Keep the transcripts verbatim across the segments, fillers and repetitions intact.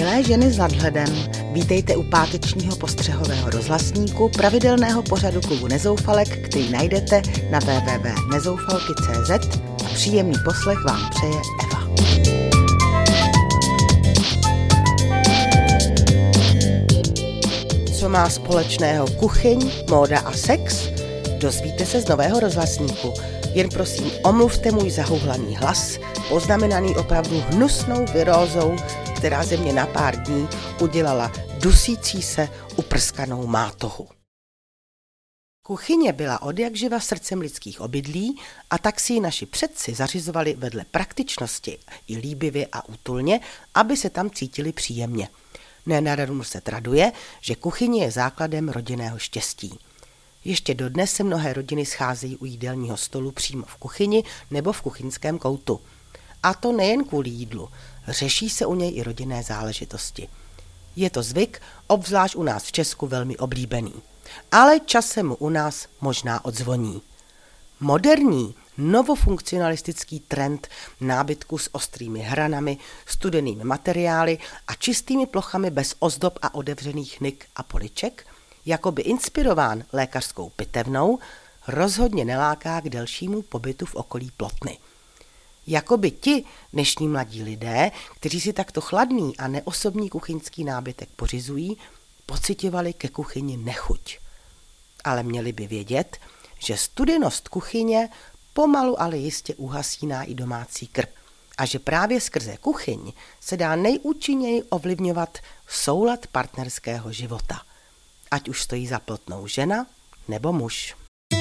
Milé ženy s nadhledem, vítejte u pátečního postřehového rozhlasníku pravidelného pořadu klubu Nezoufalek, který najdete na w w w tečka nezoufalky tečka c z a příjemný poslech vám přeje Eva. Co má společného kuchyň, móda a sex? Dozvíte se z nového rozhlasníku. Jen prosím omluvte můj zahuhlaný hlas, poznamenaný opravdu hnusnou virózou, která ze mě na pár dní udělala dusící se uprskanou mátohu. Kuchyně byla odjakživa srdcem lidských obydlí a tak si ji naši předci zařizovali vedle praktičnosti i líbivě a útulně, aby se tam cítili příjemně. Nenadarmo se traduje, že kuchyně je základem rodinného štěstí. Ještě dodnes se mnohé rodiny scházejí u jídelního stolu přímo v kuchyni nebo v kuchyňském koutu. A to nejen kvůli jídlu, řeší se u něj i rodinné záležitosti. Je to zvyk, obzvlášť u nás v Česku velmi oblíbený. Ale časem mu u nás možná odzvoní. Moderní, novofunkcionalistický trend nábytku s ostrými hranami, studenými materiály a čistými plochami bez ozdob a otevřených nik a poliček, jakoby inspirován lékařskou pitevnou, rozhodně neláká k delšímu pobytu v okolí Plotny. Jakoby ti dnešní mladí lidé, kteří si takto chladný a neosobní kuchyňský nábytek pořizují, pociťovali ke kuchyni nechuť. Ale měli by vědět, že studenost kuchyně pomalu ale jistě uhasíná i domácí krb a že právě skrze kuchyň se dá nejúčinněji ovlivňovat soulad partnerského života. Ať už stojí za plotnou žena nebo muž.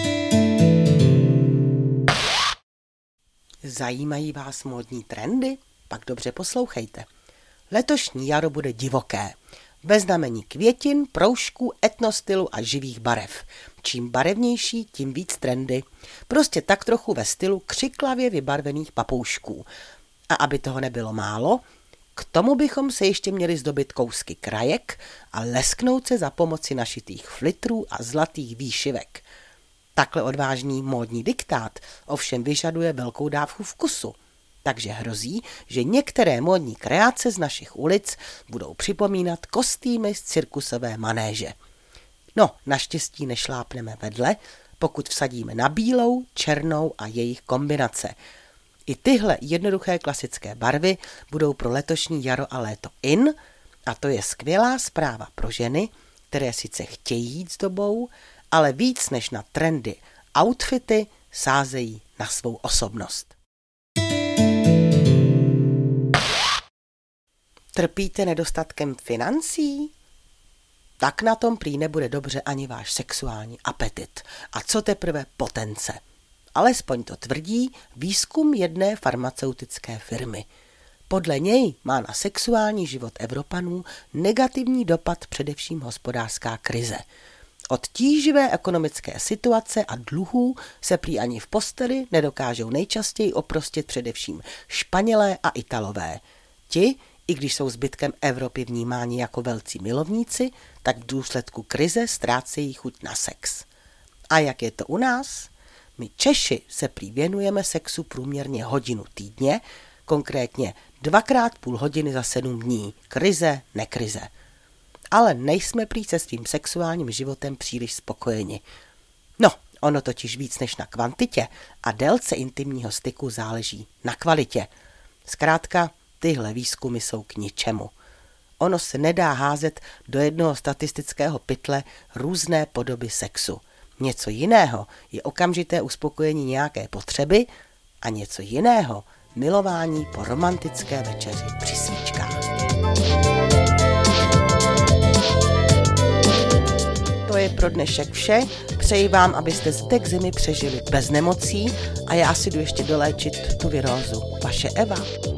Zajímají vás módní trendy? Pak dobře poslouchejte. Letošní jaro bude divoké. Ve znamení květin, proužků, etnostylu a živých barev. Čím barevnější, tím víc trendy. Prostě tak trochu ve stylu křiklavě vybarvených papoušků. A aby toho nebylo málo, k tomu bychom se ještě měli zdobit kousky krajek a lesknout se za pomoci našitých flitrů a zlatých výšivek. Takhle odvážný módní diktát ovšem vyžaduje velkou dávku vkusu, takže hrozí, že některé módní kreace z našich ulic budou připomínat kostýmy z cirkusové manéže. No, naštěstí nešlápneme vedle, pokud vsadíme na bílou, černou a jejich kombinace. I tyhle jednoduché klasické barvy budou pro letošní jaro a léto in, a to je skvělá zpráva pro ženy, které sice chtějí jít s dobou, ale víc než na trendy outfity sázejí na svou osobnost. Trpíte nedostatkem financí? Tak na tom prý nebude dobře ani váš sexuální apetit. A co teprve potence? Alespoň to tvrdí výzkum jedné farmaceutické firmy. Podle něj má na sexuální život Evropanů negativní dopad především hospodářská krize. Od tíživé ekonomické situace a dluhů se prý ani v posteli nedokážou nejčastěji oprostit především Španělé a Italové. Ti, i když jsou zbytkem Evropy vnímáni jako velcí milovníci, tak v důsledku krize ztrácejí chuť na sex. A jak je to u nás? My Češi se prý věnujeme sexu průměrně hodinu týdně, konkrétně dvakrát půl hodiny za sedm dní, krize, nekrize. Ale nejsme prý se svým sexuálním životem příliš spokojeni. No, ono totiž víc než na kvantitě a délce intimního styku záleží na kvalitě. Zkrátka, tyhle výzkumy jsou k ničemu. Ono se nedá házet do jednoho statistického pytle různé podoby sexu. Něco jiného je okamžité uspokojení nějaké potřeby a něco jiného milování po romantické večeři při svíčkách. To je pro dnešek vše. Přeji vám, abyste zbytek zimy přežili bez nemocí a já si jdu ještě doléčit tu virózu. Vaše Eva.